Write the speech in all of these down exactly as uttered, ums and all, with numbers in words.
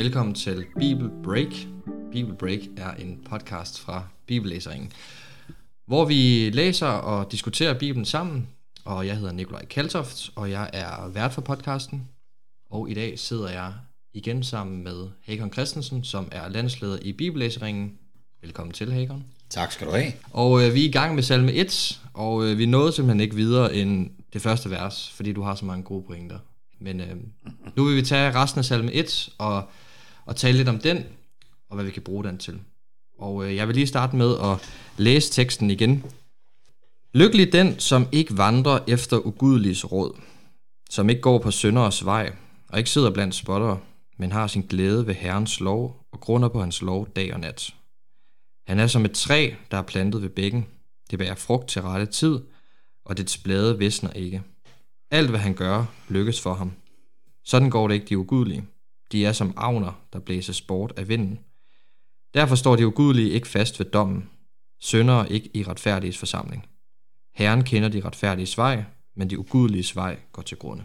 Velkommen til Bible Break. Bible Break er en podcast fra Bibellæseringen, hvor vi læser og diskuterer Bibelen sammen. Og jeg hedder Nikolaj Kaltoft, og jeg er vært for podcasten. Og i dag sidder jeg igen sammen med Hakon Christensen, som er landsleder i Bibellæseringen. Velkommen til, Hakon. Tak skal du have. Og øh, vi er i gang med salme et, og øh, vi nåede simpelthen ikke videre end det første vers, fordi du har så mange gode pointer. Men øh, nu vil vi tage resten af salme et og, og tale lidt om den, og hvad vi kan bruge den til. Og øh, jeg vil lige starte med at læse teksten igen. Lykkelig den, som ikke vandrer efter ugudeliges råd, som ikke går på synderes vej, og ikke sidder blandt spottere, men har sin glæde ved Herrens lov, og grunder på hans lov dag og nat. Han er som et træ, der er plantet ved bækken. Det bærer frugt til rette tid, og dets blade visner ikke. Alt hvad han gør, lykkes for ham. Sådan går det ikke de ugudelige. De er som agner, der blæses bort af vinden. Derfor står de ugudelige ikke fast ved dommen. Syndere ikke i retfærdiges forsamling. Herren kender de retfærdiges vej, men de ugudeliges vej går til grunde.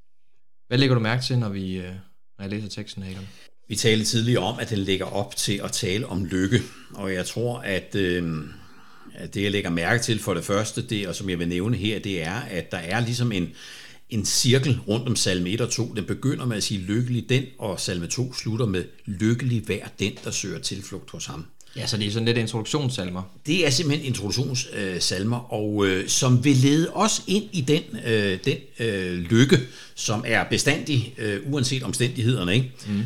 Hvad lægger du mærke til, når, vi, når jeg læser teksten, Hakon? Vi talte tidligere om, at den lægger op til at tale om lykke, og jeg tror, at, øh, at det, jeg lægger mærke til for det første, det, og som jeg vil nævne her, det er, at der er ligesom en, en cirkel rundt om salme et og to. Den begynder med at sige lykkelig den, og salme to slutter med lykkelig hver den, der søger tilflugt hos ham. Ja, så det er sådan lidt introduktionssalmer. Det er simpelthen introduktionssalmer, og øh, som vil lede os ind i den, øh, den øh, lykke, som er bestandig, øh, uanset omstændighederne, ikke? Mm.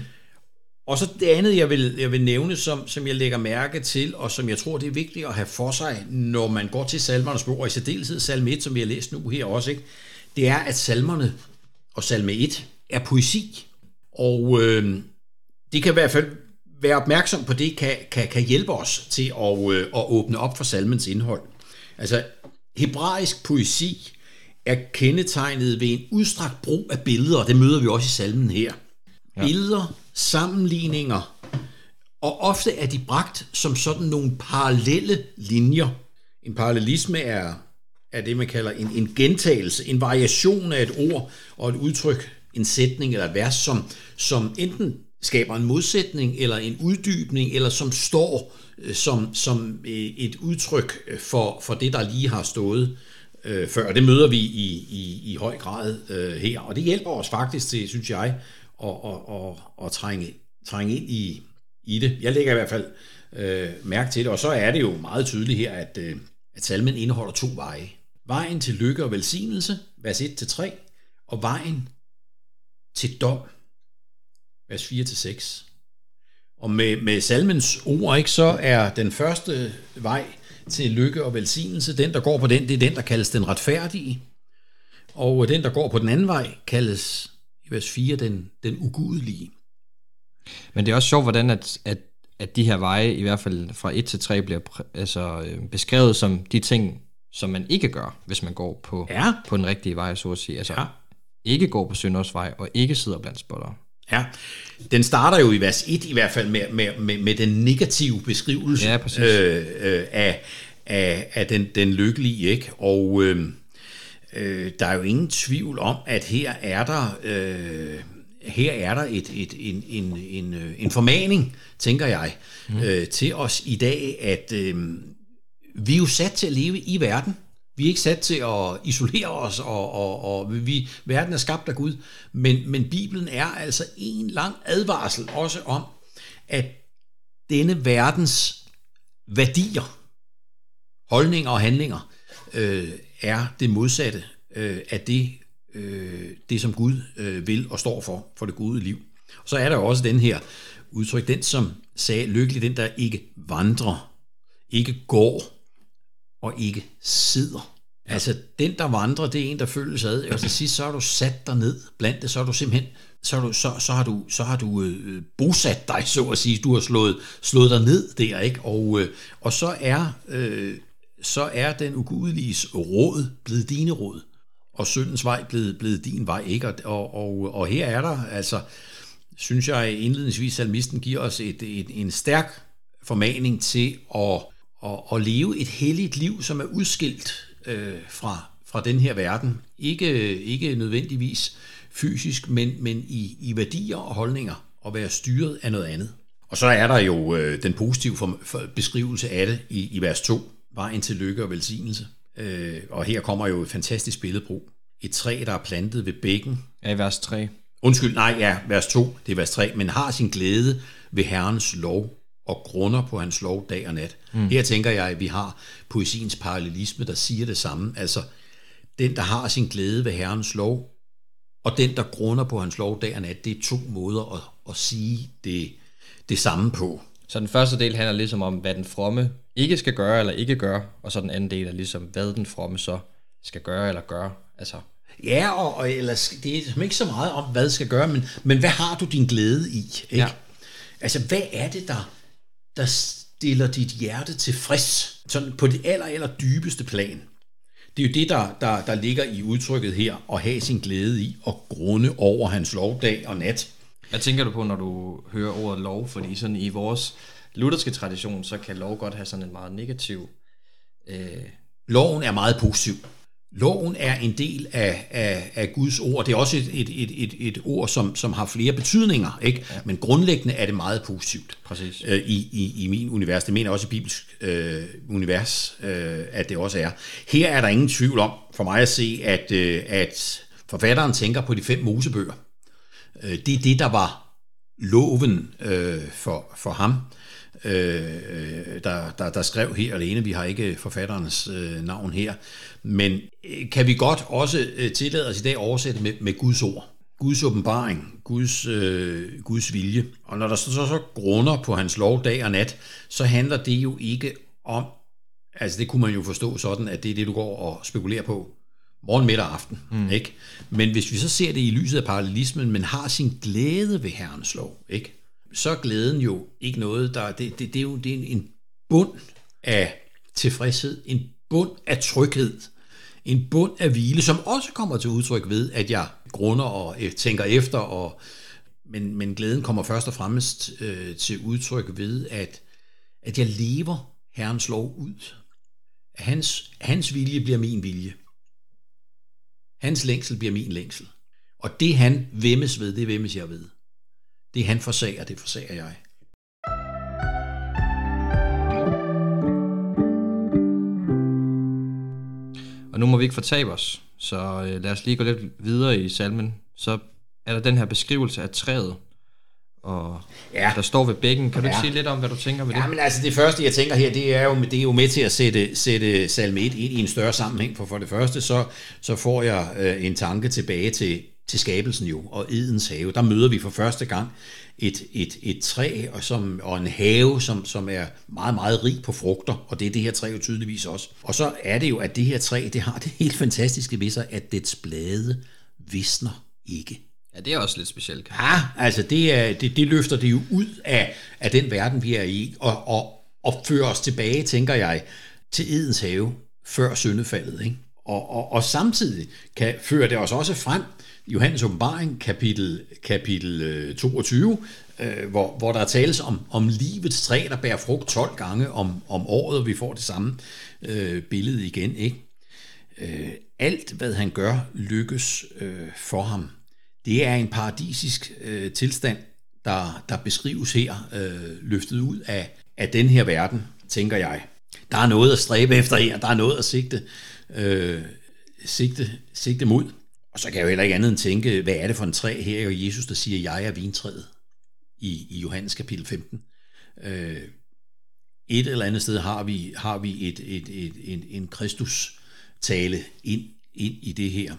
Og så det andet, jeg vil, jeg vil nævne, som, som jeg lægger mærke til, og som jeg tror, det er vigtigt at have for sig, når man går til salmernes bog, og i særdeleshed salme et, som vi har læst nu her også, ikke? Det er, at salmerne og salme et er poesi. Og øh, det kan i hvert fald være opmærksom på det, kan, kan, kan hjælpe os til at, øh, at åbne op for salmens indhold. Altså, hebraisk poesi er kendetegnet ved en udstrakt brug af billeder, det møder vi også i salmen her. Ja. Billeder, sammenligninger, og ofte er de bragt som sådan nogle parallelle linjer. En parallelisme er, er det, man kalder en, en gentagelse, en variation af et ord og et udtryk, en sætning eller et vers, som, som enten skaber en modsætning eller en uddybning, eller som står som, som et udtryk for, for det, der lige har stået øh, før. Det møder vi i, i, i høj grad øh, her, og det hjælper os faktisk til, synes jeg, og, og, og, og trænge, trænge ind i, i det. Jeg lægger i hvert fald øh, mærke til det, og så er det jo meget tydeligt her, at, øh, at salmen indeholder to veje. Vejen til lykke og velsignelse, vers et til tre, og vejen til dom, vers fire til seks. Og med, med salmens ord, ikke, så er den første vej til lykke og velsignelse, den der går på den, det er den, der kaldes den retfærdige, og den, der går på den anden vej, kaldes vers fire, den, den ugudelige. Men det er også sjovt, hvordan at, at, at de her veje, i hvert fald fra et til tre, bliver altså, beskrevet som de ting, som man ikke gør, hvis man går på, ja. på den rigtige vej, så at sige. Altså ja. ikke går på synders vej, og ikke sidder blandt spottere. Ja, den starter jo i vers et i hvert fald med, med, med, med den negative beskrivelse ja, øh, øh, af, af, af den, den lykkelige, ikke? Og øh, øh, der er jo ingen tvivl om, at her er der, øh, her er der et, et, en, en, en, en formaning, tænker jeg, mm. øh, til os i dag, at øh, vi er jo sat til at leve i verden. Vi er ikke sat til at isolere os, og, og, og vi, verden er skabt af Gud, men, men Bibelen er altså en lang advarsel også om, at denne verdens værdier, holdninger og handlinger, øh, er det modsatte øh, af det, øh, det, som Gud øh, vil og står for, for det gode liv. Så er der også den her udtryk, den som sagde, lykkelig den, der ikke vandrer, ikke går, og ikke sidder. Ja. Altså, den, der vandrer, det er en, der følges ad, og til sidst, så har du sat dig ned blandt det, så har du simpelthen, så, har du, så, så har du, så har du øh, bosat dig, så at sige, du har slået, slået dig ned der, ikke? Og, øh, og så er, øh, så er den ugudeliges råd blevet dine råd, og syndens vej blevet, blevet din vej, ikke? Og, og, og, og her er der, altså, synes jeg indledningsvis, salmisten giver os et, et, en stærk formaning til at Og, og leve et helligt liv, som er udskilt øh, fra, fra den her verden. Ikke, ikke nødvendigvis fysisk, men, men i, i værdier og holdninger. og være styret af noget andet. Og så er der jo øh, den positive for, for beskrivelse af det i, i vers to, vejen til lykke og velsignelse. Øh, og her kommer jo et fantastisk billedbrug. Et træ, der er plantet ved bækken. Ja, i vers tre. Undskyld, nej, ja, vers to, det er vers tre, men har sin glæde ved Herrens lov og grunder på hans lov dag og nat. Mm. Her tænker jeg, at vi har poesiens parallelisme, der siger det samme. Altså, den, der har sin glæde ved Herrens lov, og den, der grunder på hans lov dag og nat, det er to måder at, at sige det, det samme på. Så den første del handler ligesom om, hvad den fromme ikke skal gøre eller ikke gøre, og så den anden del er ligesom, hvad den fromme så skal gøre eller gøre. Altså. Ja, og, og ellers, det er ikke så meget om, hvad skal gøre, men, men hvad har du din glæde i? Ikke? Ja. Altså, hvad er det, der, der stiller dit hjerte tilfreds? Sådan på det aller, aller dybeste plan. Det er jo det, der, der, der ligger i udtrykket her, at have sin glæde i, og grunde over hans lov dag og nat. Hvad tænker du på, når du hører ordet lov? Fordi sådan i vores lutherske tradition, så kan lov godt have sådan en meget negativ... Øh... Loven er meget positiv. Loven er en del af, af, af Guds ord. Det er også et, et, et, et, et ord, som, som har flere betydninger, ikke? Ja. Men grundlæggende er det meget positivt. Præcis. Øh, i, i, i min univers. Det mener også i bibelsk øh, univers, øh, at det også er. Her er der ingen tvivl om, for mig at se, at, øh, at forfatteren tænker på de fem mosebøger. Øh, det er det, der var loven øh, for, for ham. Øh, der, der, der skrev her alene. Vi har ikke forfatterens øh, navn her. Men øh, kan vi godt også øh, tillade os i dag oversætte med, med Guds ord. Guds åbenbaring, Guds, øh, Guds vilje. Og når der så, så, så grunder på hans lov dag og nat, så handler det jo ikke om, altså det kunne man jo forstå sådan, at det er det, du går og spekulerer på morgen, middag og aften. Mm. Ikke? Men hvis vi så ser det i lyset af parallelismen, men har sin glæde ved Herrens lov, ikke? Så er glæden jo ikke noget, der det, det, det er jo det er en bund af tilfredshed, en bund af tryghed, en bund af hvile, som også kommer til udtryk ved, at jeg grunder og tænker efter, og, men, men glæden kommer først og fremmest øh, til udtryk ved, at, at jeg lever Herrens lov ud. Hans, hans vilje bliver min vilje. Hans længsel bliver min længsel. Og det han væmmes ved, det væmmes jeg ved. Det han forsager, det forsager jeg. Og nu må vi ikke fortabe os, så øh, lad os lige gå lidt videre i salmen. Så er der den her beskrivelse af træet, og ja. Der står ved bækken. Kan du ja. ikke sige lidt om, hvad du tænker med det? Ja, men altså det første, jeg tænker her, det er jo, det er jo med til at sætte, sætte salme et ind i en større sammenhæng. For for det første, så, så får jeg øh, en tanke tilbage til, til skabelsen jo, og Edens have. Der møder vi for første gang et, et, et træ og, som, og en have, som, som er meget, meget rig på frugter, og det er det her træ jo tydeligvis også. Og så er det jo, at det her træ, det har det helt fantastiske ved sig, at dets blade visner ikke. Ja, det er også lidt specielt. Ja, altså det, er, det, det løfter det jo ud af, af den verden, vi er i, og, og, og fører os tilbage, tænker jeg, til Edens have før syndefaldet. Ikke? Og, og, og samtidig kan, fører det os også frem, Johannes åbenbaring, kapitel, kapitel toogtyve, øh, hvor, hvor der tales om, om livets træ, der bærer frugt tolv gange om, om året, og vi får det samme øh, billede igen. Ikke? Øh, alt, hvad han gør, lykkes øh, for ham. Det er en paradisisk øh, tilstand, der, der beskrives her, øh, løftet ud af, af den her verden, tænker jeg. Der er noget at stræbe efter her, der er noget at sigte, øh, sigte, sigte mod. Og så kan jeg jo heller ikke andet end tænke, hvad er det for en træ her, og Jesus, der siger, jeg er vintræet i, i Johannes kapitel femten. Øh, et eller andet sted har vi, har vi et, et, et, et, en Kristus-tale ind, ind i det her.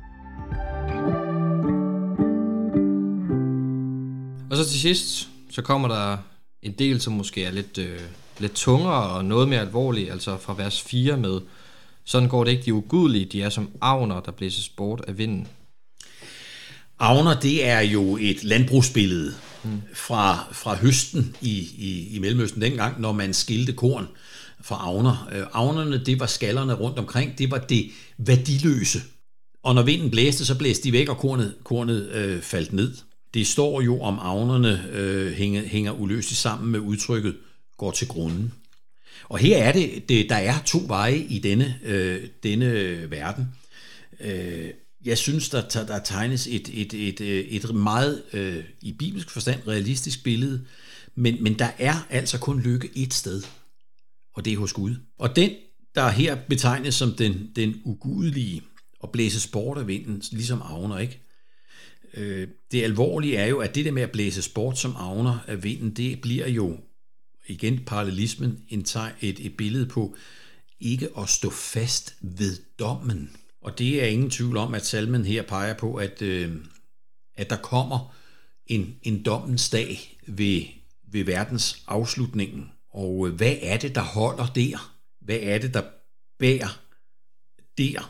Og så til sidst, så kommer der en del, som måske er lidt, øh, lidt tungere og noget mere alvorlig, altså fra vers fire med, sådan går det ikke, de ugudelige, de er som avner, der blæses bort af vinden. Avner, det er jo et landbrugsbillede hmm. fra, fra høsten i, i, i Mellemøsten dengang, når man skilte korn fra avner. Øh, avnerne, det var skallerne rundt omkring, det var det værdiløse. Og når vinden blæste, så blæste de væk, og kornet, kornet øh, faldt ned. Det står jo om avnerne øh, hænger, hænger uløseligt sammen med udtrykket går til grunden. Og her er det, det der er to veje i denne, øh, denne verden. Øh, jeg synes, der, der tegnes et, et, et, et meget øh, i bibelsk forstand realistisk billede, men, men der er altså kun lykke et sted, og det er hos Gud. Og den, der her betegnes som den, den ugudelige, og blæses bort af vinden, ligesom Agner, ikke? Øh, det alvorlige er jo, at det der med at blæses bort som Agner af vinden, det bliver jo, igen parallelismen, en teg, et, et billede på ikke at stå fast ved dommen. Og det er ingen tvivl om, at salmen her peger på, at, øh, at der kommer en, en dommens dag ved, ved verdens afslutningen. Og øh, hvad er det, der holder der? Hvad er det, der bærer der?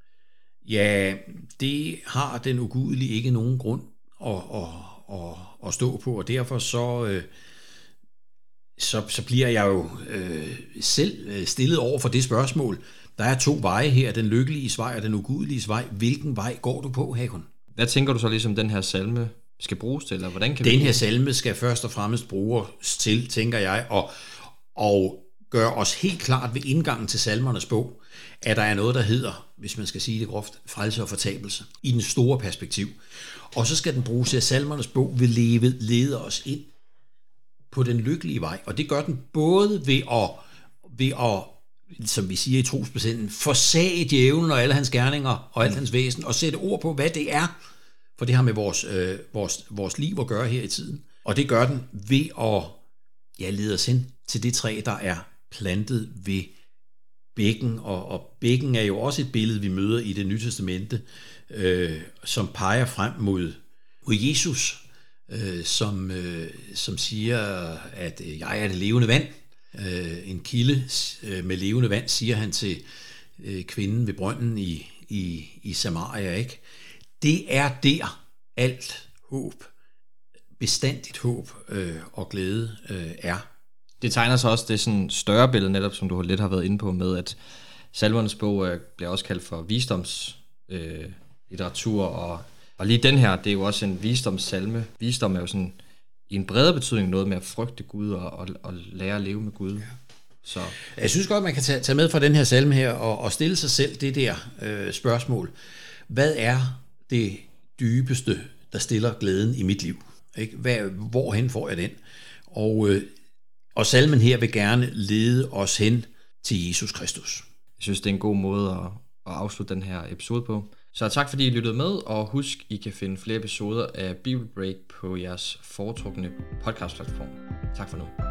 Ja, det har den ugudelige ikke nogen grund at, at, at, at stå på, og derfor så, øh, så, så bliver jeg jo øh, selv stillet over for det spørgsmål. Der er to veje her, den lykkelige vej og den ugudelige vej. Hvilken vej går du på, Hakon? Hvad tænker du så ligesom den her salme skal bruges til, eller hvordan kan den vi... her salme skal først og fremmest bruges til, tænker jeg, og, og gøre os helt klart ved indgangen til salmernes bog, at der er noget, der hedder, hvis man skal sige det groft, frelse og fortabelse i den store perspektiv. Og så skal den bruges til, at salmernes bog vil leve, lede os ind på den lykkelige vej. Og det gør den både ved at, ved at som vi siger i trosbekendelse, forsage djævlen og alle hans gerninger og alt hans væsen, og sætte ord på, hvad det er, for det har med vores, øh, vores, vores liv at gøre her i tiden. Og det gør den ved at ja, lede os ind til det træ, der er plantet ved bækken, og, og bækken er jo også et billede, vi møder i Det Nye Testamente, øh, som peger frem mod, mod Jesus, øh, som, øh, som siger, at jeg er det levende vand. Øh, en kilde øh, med levende vand, siger han til øh, kvinden ved brønden i, i, i Samaria, ikke? Det er der alt håb, bestandigt håb øh, og glæde øh, er. Det tegner sig også det sådan større billede, netop som du lidt har været inde på, med at salmernes bog øh, bliver også kaldt for visdomslitteratur, øh, og, og lige den her, det er jo også en visdomssalme. Visdom er jo sådan i en bredere betydning noget med at frygte Gud og, og, og lære at leve med Gud. Ja. Så. Jeg synes godt, man kan tage, tage med fra den her salme her og, og stille sig selv det der øh, spørgsmål. Hvad er det dybeste, der stiller glæden i mit liv? Ikke? Hvad, hvorhen får jeg den? Og, øh, og salmen her vil gerne lede os hen til Jesus Kristus. Jeg synes, det er en god måde at, at afslutte den her episode på. Så tak fordi I lyttede med, og husk, I kan finde flere episoder af Bibelbreak på jeres foretrukne podcastplatform. Tak for nu.